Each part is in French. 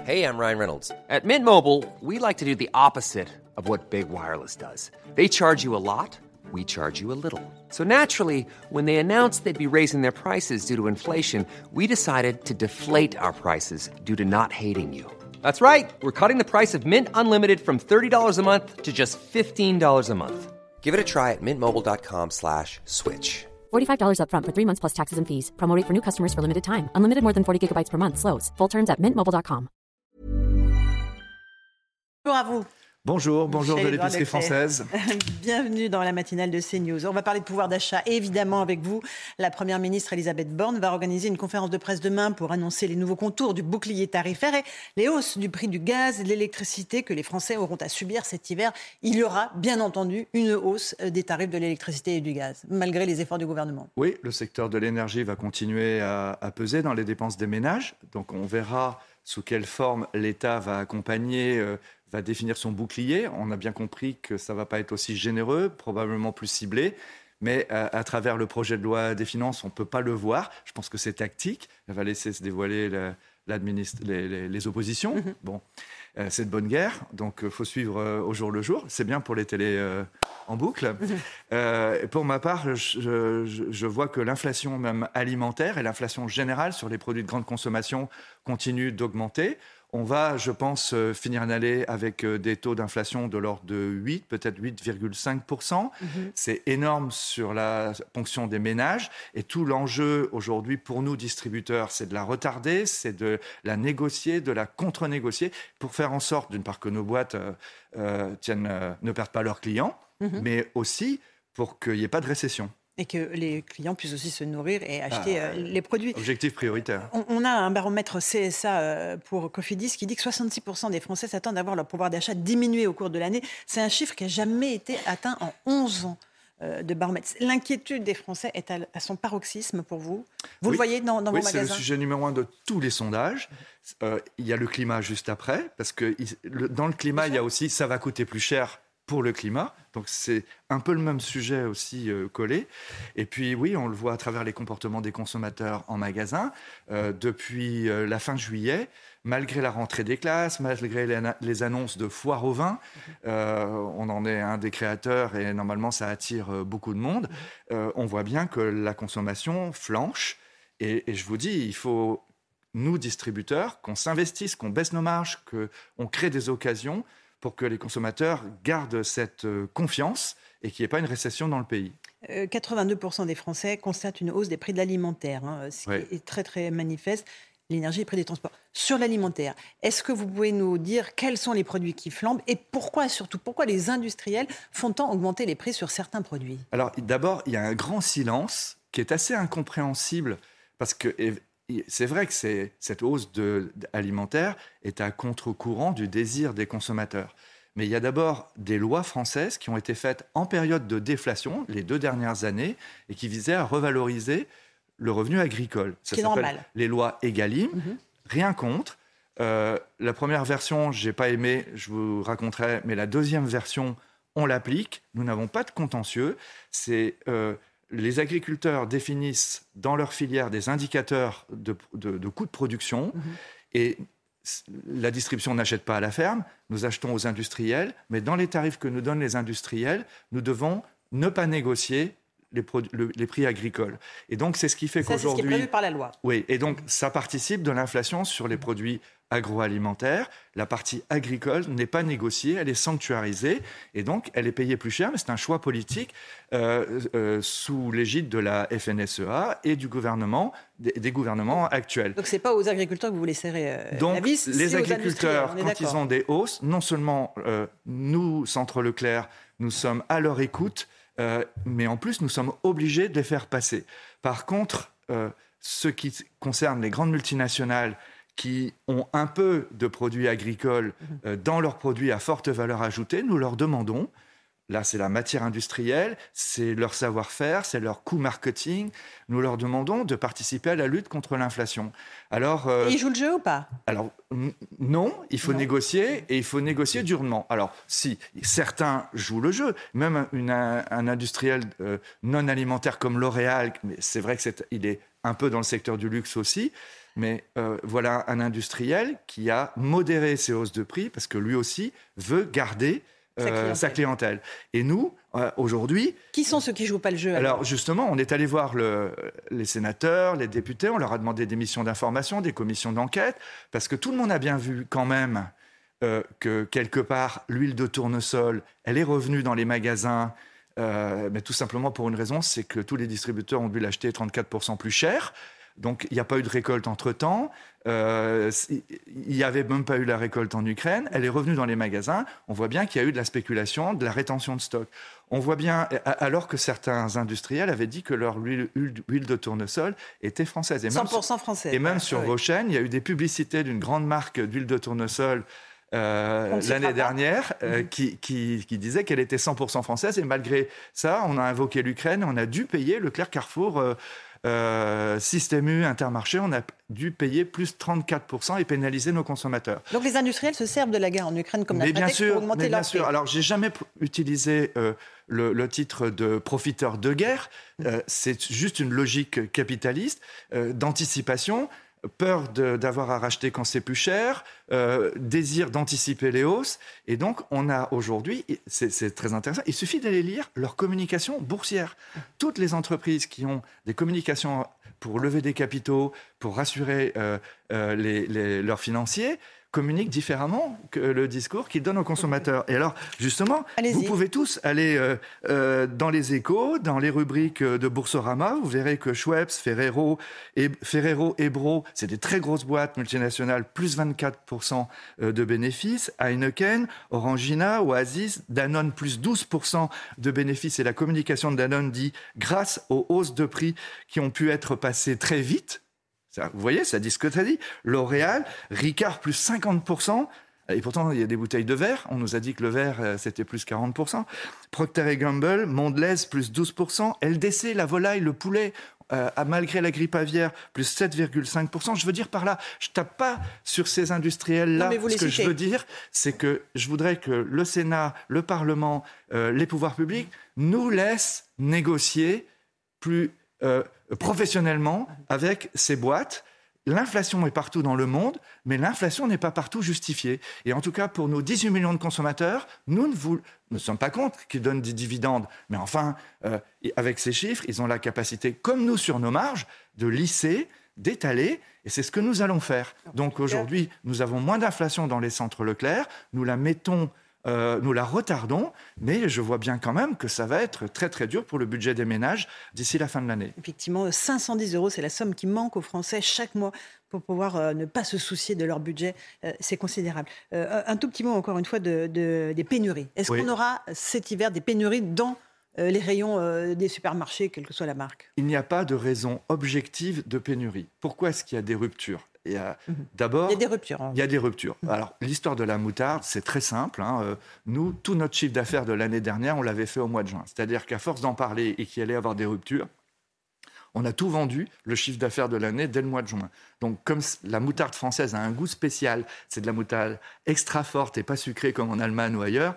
Hey, I'm Ryan Reynolds. At Mint Mobile, we like to do the opposite of what Big Wireless does. They charge you a lot, we charge you a little. So naturally, when they announced they'd be raising their prices due to inflation, we decided to deflate our prices due to not hating you. That's right. We're cutting the price of Mint Unlimited from $30 a month to just $15 a month. Give it a try at mintmobile.com/switch. $45 up front for 3 months plus taxes and fees. Promo rate for new customers for limited time. Unlimited more than 40 gigabytes per month. Slows full terms at mintmobile.com. Bonjour à vous. Bonjour de l'épicerie française. Bienvenue dans la matinale de CNews. On va parler de pouvoir d'achat, évidemment, avec vous. La Première ministre Elisabeth Borne va organiser une conférence de presse demain pour annoncer les nouveaux contours du bouclier tarifaire et les hausses du prix du gaz et de l'électricité que les Français auront à subir cet hiver. Il y aura, bien entendu, une hausse des tarifs de l'électricité et du gaz, malgré les efforts du gouvernement. Oui, le secteur de l'énergie va continuer à peser dans les dépenses des ménages. Donc on verra sous quelle forme l'État va accompagner, va définir son bouclier. On a bien compris que ça ne va pas être aussi généreux, probablement plus ciblé. Mais à travers le projet de loi des finances, on ne peut pas le voir. Je pense que c'est tactique. Elle va laisser se dévoiler les oppositions. Bon, c'est de bonne guerre. Donc, il faut suivre au jour le jour. C'est bien pour les télés en boucle. Pour ma part, je vois que l'inflation même alimentaire et l'inflation générale sur les produits de grande consommation continue d'augmenter. On va, je pense, finir l'année avec des taux d'inflation de l'ordre de 8, peut-être 8,5%. C'est énorme sur la ponction des ménages. Et tout l'enjeu aujourd'hui pour nous, distributeurs, c'est de la retarder, c'est de la négocier, de la contre-négocier pour faire en sorte, d'une part, que nos boîtes ne perdent pas leurs clients, mais aussi pour qu'il n'y ait pas de récession. Et que les clients puissent aussi se nourrir et acheter les produits. Objectif prioritaire. On a un baromètre CSA pour Cofidis qui dit que 66% des Français s'attendent à voir leur pouvoir d'achat diminuer au cours de l'année. C'est un chiffre qui n'a jamais été atteint en 11 ans de baromètre. L'inquiétude des Français est à son paroxysme pour vous. Vous le voyez dans vos magasins ? Oui, c'est le sujet numéro 1 de tous les sondages. Il y a le climat juste après, parce que dans le climat, il y a aussi « ça va coûter plus cher ». Pour le climat, donc c'est un peu le même sujet aussi collé. Et puis oui, on le voit à travers les comportements des consommateurs en magasin. Depuis la fin juillet, malgré la rentrée des classes, malgré les annonces de foire au vin, on en est un des créateurs et normalement ça attire beaucoup de monde, on voit bien que la consommation flanche. Et je vous dis, il faut, nous distributeurs, qu'on s'investisse, qu'on baisse nos marges, qu'on crée des occasions pour que les consommateurs gardent cette confiance et qu'il n'y ait pas une récession dans le pays. 82% des Français constatent une hausse des prix de l'alimentaire, ce qui est très, très manifeste. L'énergie et les prix des transports. Sur l'alimentaire, est-ce que vous pouvez nous dire quels sont les produits qui flambent et pourquoi les industriels font tant augmenter les prix sur certains produits ? Alors d'abord, il y a un grand silence qui est assez incompréhensible parce que c'est vrai que cette hausse alimentaire est à contre-courant du désir des consommateurs. Mais il y a d'abord des lois françaises qui ont été faites en période de déflation, les 2 dernières années, et qui visaient à revaloriser le revenu agricole. Ça s'appelle normal. Les lois Egalim, rien contre. La première version, je n'ai pas aimé, je vous raconterai, mais la deuxième version, on l'applique. Nous n'avons pas de contentieux. Les agriculteurs définissent dans leur filière des indicateurs de coûts de production et la distribution n'achète pas à la ferme, nous achetons aux industriels, mais dans les tarifs que nous donnent les industriels, nous devons ne pas négocier les prix agricoles. Et donc, c'est ce qui fait qu'aujourd'hui... C'est ce qui est prévu par la loi. Oui, et donc, ça participe de l'inflation sur les produits agroalimentaire, la partie agricole n'est pas négociée, elle est sanctuarisée et donc elle est payée plus cher, mais c'est un choix politique sous l'égide de la FNSEA et du gouvernement, des gouvernements actuels. Donc c'est pas aux agriculteurs que vous voulez serrer donc, la vis, les agriculteurs, quand ils ont des hausses, non seulement nous, Centre Leclerc, nous sommes à leur écoute, mais en plus nous sommes obligés de les faire passer. Par contre, ce qui concerne les grandes multinationales qui ont un peu de produits agricoles dans leurs produits à forte valeur ajoutée, nous leur demandons, là c'est la matière industrielle, c'est leur savoir-faire, c'est leur coût marketing, nous leur demandons de participer à la lutte contre l'inflation. Alors, et ils jouent le jeu ou pas ? Alors non, il faut négocier et il faut négocier durement. Alors si certains jouent le jeu, même un industriel non alimentaire comme L'Oréal, mais c'est vrai qu'il est un peu dans le secteur du luxe aussi, Mais voilà un industriel qui a modéré ses hausses de prix parce que lui aussi veut garder sa clientèle. Et nous, aujourd'hui... Qui sont ceux qui ne jouent pas le jeu? Alors justement, on est allé voir les sénateurs, les députés, on leur a demandé des missions d'information, des commissions d'enquête, parce que tout le monde a bien vu quand même que quelque part, l'huile de tournesol, elle est revenue dans les magasins, mais tout simplement pour une raison, c'est que tous les distributeurs ont dû l'acheter 34% plus cher. Donc, il n'y a pas eu de récolte entre-temps. Il n'y avait même pas eu la récolte en Ukraine. Elle est revenue dans les magasins. On voit bien qu'il y a eu de la spéculation, de la rétention de stock. On voit bien, alors que certains industriels avaient dit que leur huile de tournesol était française. Et 100% française. Et même sur vos chaînes, il y a eu des publicités d'une grande marque d'huile de tournesol l'année dernière qui disait qu'elle était 100% française. Et malgré ça, on a invoqué l'Ukraine. On a dû payer Leclerc, Carrefour... Système U, Intermarché, on a dû payer plus 34% et pénaliser nos consommateurs. Donc les industriels se servent de la guerre en Ukraine comme d'un prétexte pour augmenter leur prix. Alors j'ai jamais utilisé le titre de profiteur de guerre. C'est juste une logique capitaliste d'anticipation. Peur d'avoir à racheter quand c'est plus cher, désir d'anticiper les hausses. Et donc, on a aujourd'hui, c'est très intéressant, il suffit d'aller lire leur communication boursière. Toutes les entreprises qui ont des communications pour lever des capitaux, pour rassurer leurs financiers, communiquent différemment que le discours qu'ils donnent aux consommateurs. Et alors, justement, vous pouvez tous aller dans les Échos, dans les rubriques de Boursorama, vous verrez que Schweppes, Ferrero, Ebro, c'est des très grosses boîtes multinationales, plus 24% de bénéfices. Heineken, Orangina, Oasis, Danone, plus 12% de bénéfices. Et la communication de Danone dit, grâce aux hausses de prix qui ont pu être passées très vite, vous voyez, ça dit ce que tu as dit. L'Oréal, Ricard, plus 50%. Et pourtant, il y a des bouteilles de verre. On nous a dit que le verre, c'était plus 40%. Procter & Gamble, Mondelez, plus 12%. LDC, la volaille, le poulet, malgré la grippe aviaire, plus 7,5%. Je veux dire par là, je ne tape pas sur ces industriels-là. Ce que je veux dire, c'est que je voudrais que le Sénat, le Parlement, les pouvoirs publics nous laissent négocier plus... professionnellement avec ces boîtes. L'inflation est partout dans le monde, mais l'inflation n'est pas partout justifiée. Et en tout cas, pour nos 18 millions de consommateurs, nous ne sommes pas contre qu'ils donnent des dividendes. Mais enfin, avec ces chiffres, ils ont la capacité, comme nous sur nos marges, de lisser, d'étaler. Et c'est ce que nous allons faire. Donc aujourd'hui, nous avons moins d'inflation dans les centres Leclerc. Nous la retardons, mais je vois bien quand même que ça va être très très dur pour le budget des ménages d'ici la fin de l'année. Effectivement, 510 €, c'est la somme qui manque aux Français chaque mois pour pouvoir ne pas se soucier de leur budget. C'est considérable. Un tout petit mot encore une fois des pénuries. Est-ce qu'on aura cet hiver des pénuries dans les rayons des supermarchés, quelle que soit la marque? Il n'y a pas de raison objective de pénurie. Pourquoi est-ce qu'il y a des ruptures? D'abord, il y a des ruptures. Il y a des ruptures. Alors, l'histoire de la moutarde, c'est très simple. Nous, tout notre chiffre d'affaires de l'année dernière, on l'avait fait au mois de juin. C'est-à-dire qu'à force d'en parler et qu'il allait y avoir des ruptures, on a tout vendu, le chiffre d'affaires de l'année, dès le mois de juin. Donc, comme la moutarde française a un goût spécial, c'est de la moutarde extra forte et pas sucrée comme en Allemagne ou ailleurs,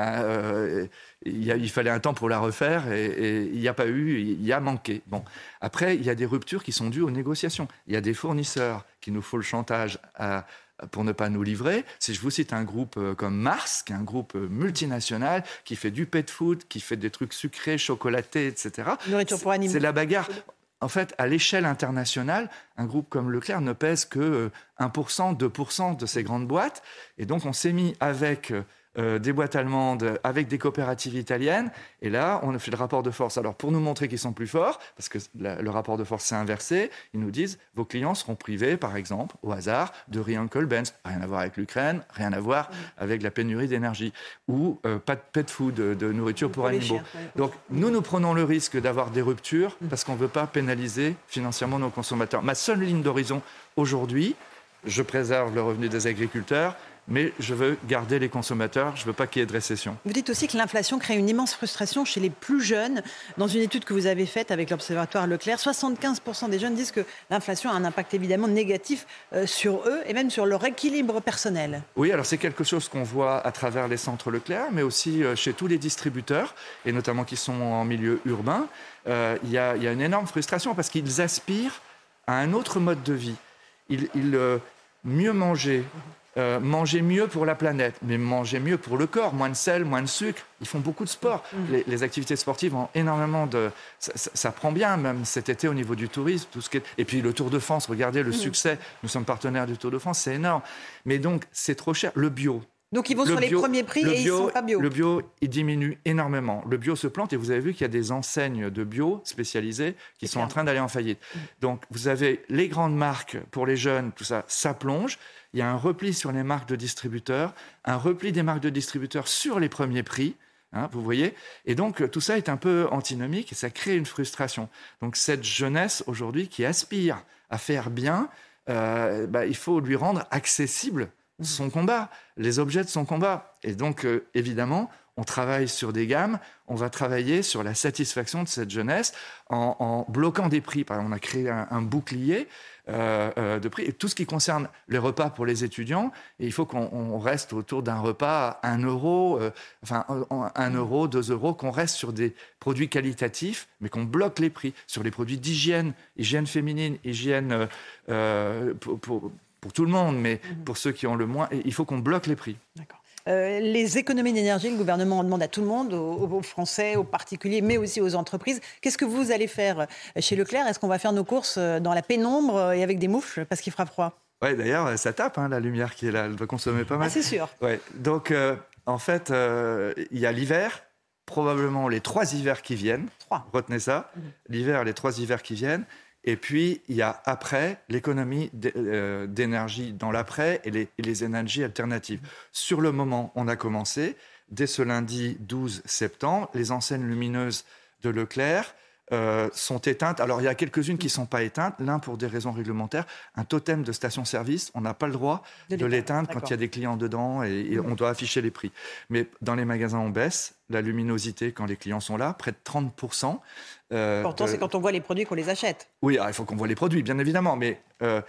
il fallait un temps pour la refaire et il n'y a pas eu, il y a manqué. Bon. Après, il y a des ruptures qui sont dues aux négociations. Il y a des fournisseurs qui nous font le chantage pour ne pas nous livrer. Si je vous cite un groupe comme Mars, qui est un groupe multinational, qui fait du pet food, qui fait des trucs sucrés, chocolatés, etc. Nourriture pour animaux. C'est la bagarre. En fait, à l'échelle internationale, un groupe comme Leclerc ne pèse que 1%, 2% de ces grandes boîtes. Et donc, on s'est mis avec des boîtes allemandes, avec des coopératives italiennes. Et là, on a fait le rapport de force. Alors, pour nous montrer qu'ils sont plus forts, parce que le rapport de force s'est inversé, ils nous disent vos clients seront privés, par exemple, au hasard, de riz Uncle Ben's. Rien à voir avec l'Ukraine, rien à voir avec la pénurie d'énergie. Ou pas de pet food, de nourriture pour animaux. Donc, nous prenons le risque d'avoir des ruptures parce qu'on ne veut pas pénaliser financièrement nos consommateurs. Ma seule ligne d'horizon aujourd'hui, je préserve le revenu des agriculteurs, mais je veux garder les consommateurs, je ne veux pas qu'il y ait de récession. Vous dites aussi que l'inflation crée une immense frustration chez les plus jeunes. Dans une étude que vous avez faite avec l'Observatoire Leclerc, 75% des jeunes disent que l'inflation a un impact évidemment négatif sur eux et même sur leur équilibre personnel. Oui, alors c'est quelque chose qu'on voit à travers les centres Leclerc, mais aussi chez tous les distributeurs, et notamment qui sont en milieu urbain. Il y a une énorme frustration parce qu'ils aspirent à un autre mode de vie. mieux manger. Manger mieux pour la planète, mais manger mieux pour le corps, moins de sel, moins de sucre. Ils font beaucoup de sport. Les activités sportives ont énormément de... Ça prend bien, même cet été, au niveau du tourisme. Tout ce qui est... Et puis le Tour de France, regardez le succès. Nous sommes partenaires du Tour de France, c'est énorme. Mais donc, c'est trop cher. Le bio. Donc ils vont sur les premiers prix et ils ne sont pas bio. Le bio, il diminue énormément. Le bio se plante et vous avez vu qu'il y a des enseignes de bio spécialisées qui sont en train d'aller en faillite. Donc vous avez les grandes marques pour les jeunes, tout ça, ça plonge. Il y a un repli sur les marques de distributeurs, un repli des marques de distributeurs sur les premiers prix. Vous voyez ? Et donc, tout ça est un peu antinomique et ça crée une frustration. Donc, cette jeunesse, aujourd'hui, qui aspire à faire bien, il faut lui rendre accessible son combat, les objets de son combat. Et donc, évidemment, on travaille sur des gammes, on va travailler sur la satisfaction de cette jeunesse en bloquant des prix. Par exemple, on a créé un bouclier de prix. Et tout ce qui concerne les repas pour les étudiants, et il faut qu'on reste autour d'un repas à 1 euro, 1 euro, 2 euros, qu'on reste sur des produits qualitatifs, mais qu'on bloque les prix. Sur les produits d'hygiène, hygiène féminine, hygiène pour tout le monde, mais pour ceux qui ont le moins, il faut qu'on bloque les prix. D'accord. Les économies d'énergie, le gouvernement en demande à tout le monde, aux Français, aux particuliers, mais aussi aux entreprises. Qu'est-ce que vous allez faire chez Leclerc ? Est-ce qu'on va faire nos courses dans la pénombre et avec des mouches parce qu'il fera froid ? Oui, d'ailleurs, ça tape, la lumière qui est là. Elle doit consommer pas mal. Ah, c'est sûr. Ouais. Donc, en fait, il y a l'hiver, probablement les 3 hivers qui viennent. 3. Retenez ça. L'hiver, les 3 hivers qui viennent. Et puis, il y a après l'économie d'énergie dans l'après et les énergies alternatives. Sur le moment, on a commencé. Dès ce lundi 12 septembre, les enseignes lumineuses de Leclerc sont éteintes. Alors, il y a quelques-unes qui ne sont pas éteintes. L'un, pour des raisons réglementaires, un totem de station-service. On n'a pas le droit de l'éteindre quand il y a des clients dedans et on doit afficher les prix. Mais dans les magasins, on baisse la luminosité quand les clients sont là, près de 30%. L'important, c'est quand on voit les produits qu'on les achète. Oui, alors, il faut qu'on voit les produits, bien évidemment. Mais,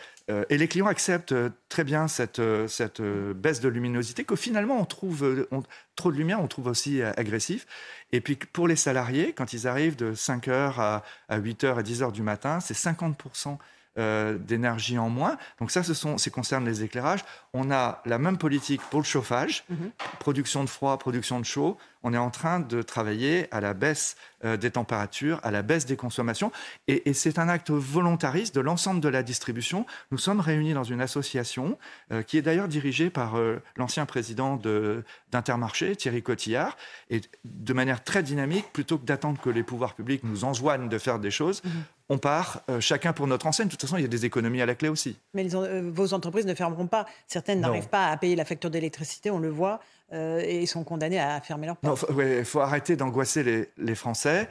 et les clients acceptent très bien cette baisse de luminosité que finalement, on trouve trop de lumière, on trouve aussi agressif. Et puis, pour les salariés, quand ils arrivent de 5h à 8h et 10h du matin, c'est 50% d'énergie en moins. Donc ça, ça concerne les éclairages. On a la même politique pour le chauffage, production de froid, production de chaud. On est en train de travailler à la baisse des températures, à la baisse des consommations. Et c'est un acte volontariste de l'ensemble de la distribution. Nous sommes réunis dans une association qui est d'ailleurs dirigée par l'ancien président d'Intermarché, Thierry Cotillard, et de manière très dynamique, plutôt que d'attendre que les pouvoirs publics nous enjoignent de faire des choses, on part chacun pour notre enseigne. De toute façon, il y a des économies à la clé aussi. Mais vos entreprises ne fermeront pas. Certaines n'arrivent pas à payer la facture d'électricité, on le voit, et sont condamnées à fermer leurs portes. Il faut arrêter d'angoisser les Français.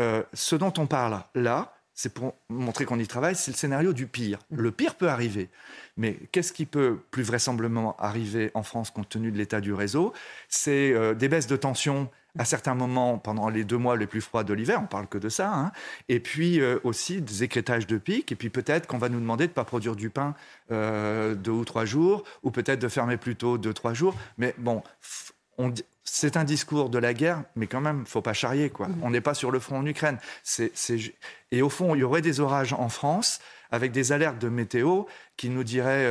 Ce dont on parle là, c'est pour montrer qu'on y travaille, c'est le scénario du pire. Le pire peut arriver. Mais qu'est-ce qui peut plus vraisemblablement arriver en France compte tenu de l'état du réseau ? C'est des baisses de tension à certains moments pendant les 2 mois les plus froids de l'hiver, on parle que de ça, et puis aussi des écrétages de pic, et puis peut-être qu'on va nous demander de ne pas produire du pain 2 ou 3 jours, ou peut-être de fermer plus tôt 2-3 jours, mais bon, c'est un discours de la guerre, mais quand même, il ne faut pas charrier, quoi. On n'est pas sur le front en Ukraine. Et au fond, il y aurait des orages en France, avec des alertes de météo qui nous diraient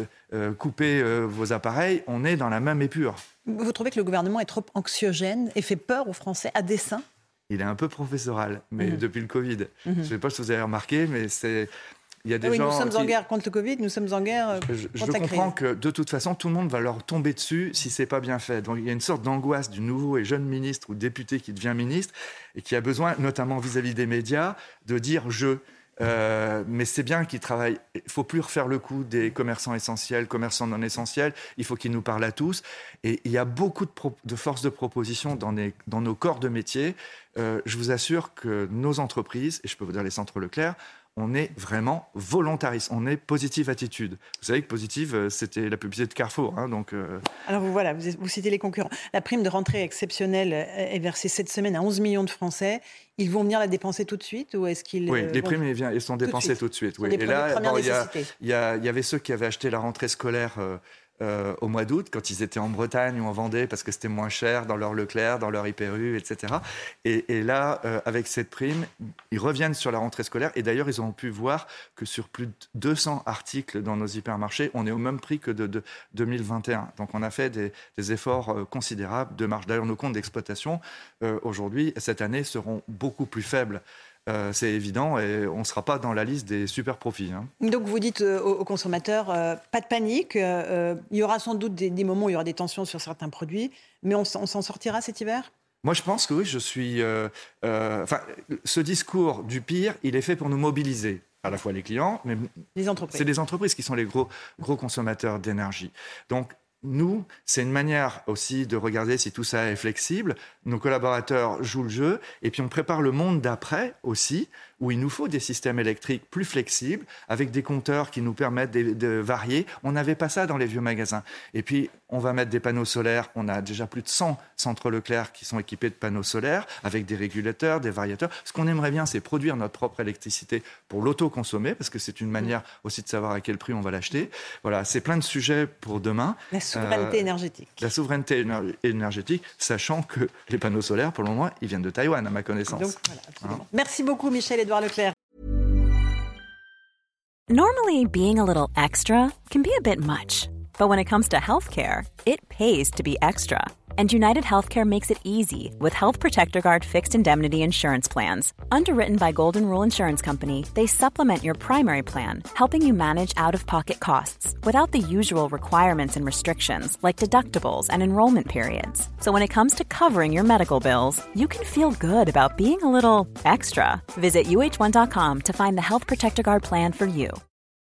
coupez vos appareils, on est dans la même épure. Vous trouvez que le gouvernement est trop anxiogène et fait peur aux Français à dessein ? Il est un peu professoral, mais depuis le Covid. Je ne sais pas si vous avez remarqué, mais il y a des gens nous sommes en guerre contre le Covid, nous sommes en guerre contre la crise. Je comprends que de toute façon, tout le monde va leur tomber dessus si ce n'est pas bien fait. Donc il y a une sorte d'angoisse du nouveau et jeune ministre ou député qui devient ministre et qui a besoin, notamment vis-à-vis des médias, de dire « je ». Mais c'est bien qu'ils travaillent. Il ne faut plus refaire le coup des commerçants essentiels, commerçants non essentiels. Il faut qu'ils nous parlent à tous. Et il y a beaucoup de force de proposition dans nos corps de métier. Je vous assure que nos entreprises, et je peux vous dire les centres Leclerc, on est vraiment volontariste, on est Positive Attitude. Vous savez que Positive, c'était la publicité de Carrefour. Donc, Alors voilà, vous citez les concurrents. La prime de rentrée exceptionnelle est versée cette semaine à 11 millions de Français. Ils vont venir la dépenser tout de suite ou est-ce qu'ils... Oui, les primes, elles sont dépensées tout de suite. Oui. Et là, il y avait ceux qui avaient acheté la rentrée scolaire au mois d'août, quand ils étaient en Bretagne ou en Vendée, parce que c'était moins cher dans leur Leclerc, dans leur Hyper-U, etc. Et là, avec cette prime, ils reviennent sur la rentrée scolaire. Et d'ailleurs, ils ont pu voir que sur plus de 200 articles dans nos hypermarchés, on est au même prix que de 2021. Donc, on a fait des efforts considérables de marge. D'ailleurs, nos comptes d'exploitation, aujourd'hui, cette année, seront beaucoup plus faibles. C'est évident et on ne sera pas dans la liste des super profits. Donc vous dites aux consommateurs, pas de panique, il y aura sans doute des moments où il y aura des tensions sur certains produits, mais on s'en sortira cet hiver ? Moi, je pense que oui, ce discours du pire, il est fait pour nous mobiliser. À la fois les clients, mais les entreprises. C'est les entreprises qui sont les gros consommateurs d'énergie. Donc, nous, c'est une manière aussi de regarder si tout ça est flexible. Nos collaborateurs jouent le jeu et puis on prépare le monde d'après aussi, où il nous faut des systèmes électriques plus flexibles, avec des compteurs qui nous permettent de varier. On n'avait pas ça dans les vieux magasins. Et puis, on va mettre des panneaux solaires. On a déjà plus de 100 centres Leclerc qui sont équipés de panneaux solaires, avec des régulateurs, des variateurs. Ce qu'on aimerait bien, c'est produire notre propre électricité pour l'auto-consommer, parce que c'est une manière aussi de savoir à quel prix on va l'acheter. Voilà, c'est plein de sujets pour demain. La souveraineté énergétique. La souveraineté énergétique, sachant que les panneaux solaires, pour le moment, ils viennent de Taïwan, à ma connaissance. Donc, voilà, absolument. Merci beaucoup, Michel-Édouard Leclerc. Normally, being a little extra can be a bit much. But when it comes to healthcare, it pays to be extra. And United Healthcare makes it easy with Health Protector Guard fixed indemnity insurance plans. Underwritten by Golden Rule Insurance Company, they supplement your primary plan, helping you manage out-of-pocket costs without the usual requirements and restrictions like deductibles and enrollment periods. So when it comes to covering your medical bills, you can feel good about being a little extra. Visit uh1.com to find the Health Protector Guard plan for you.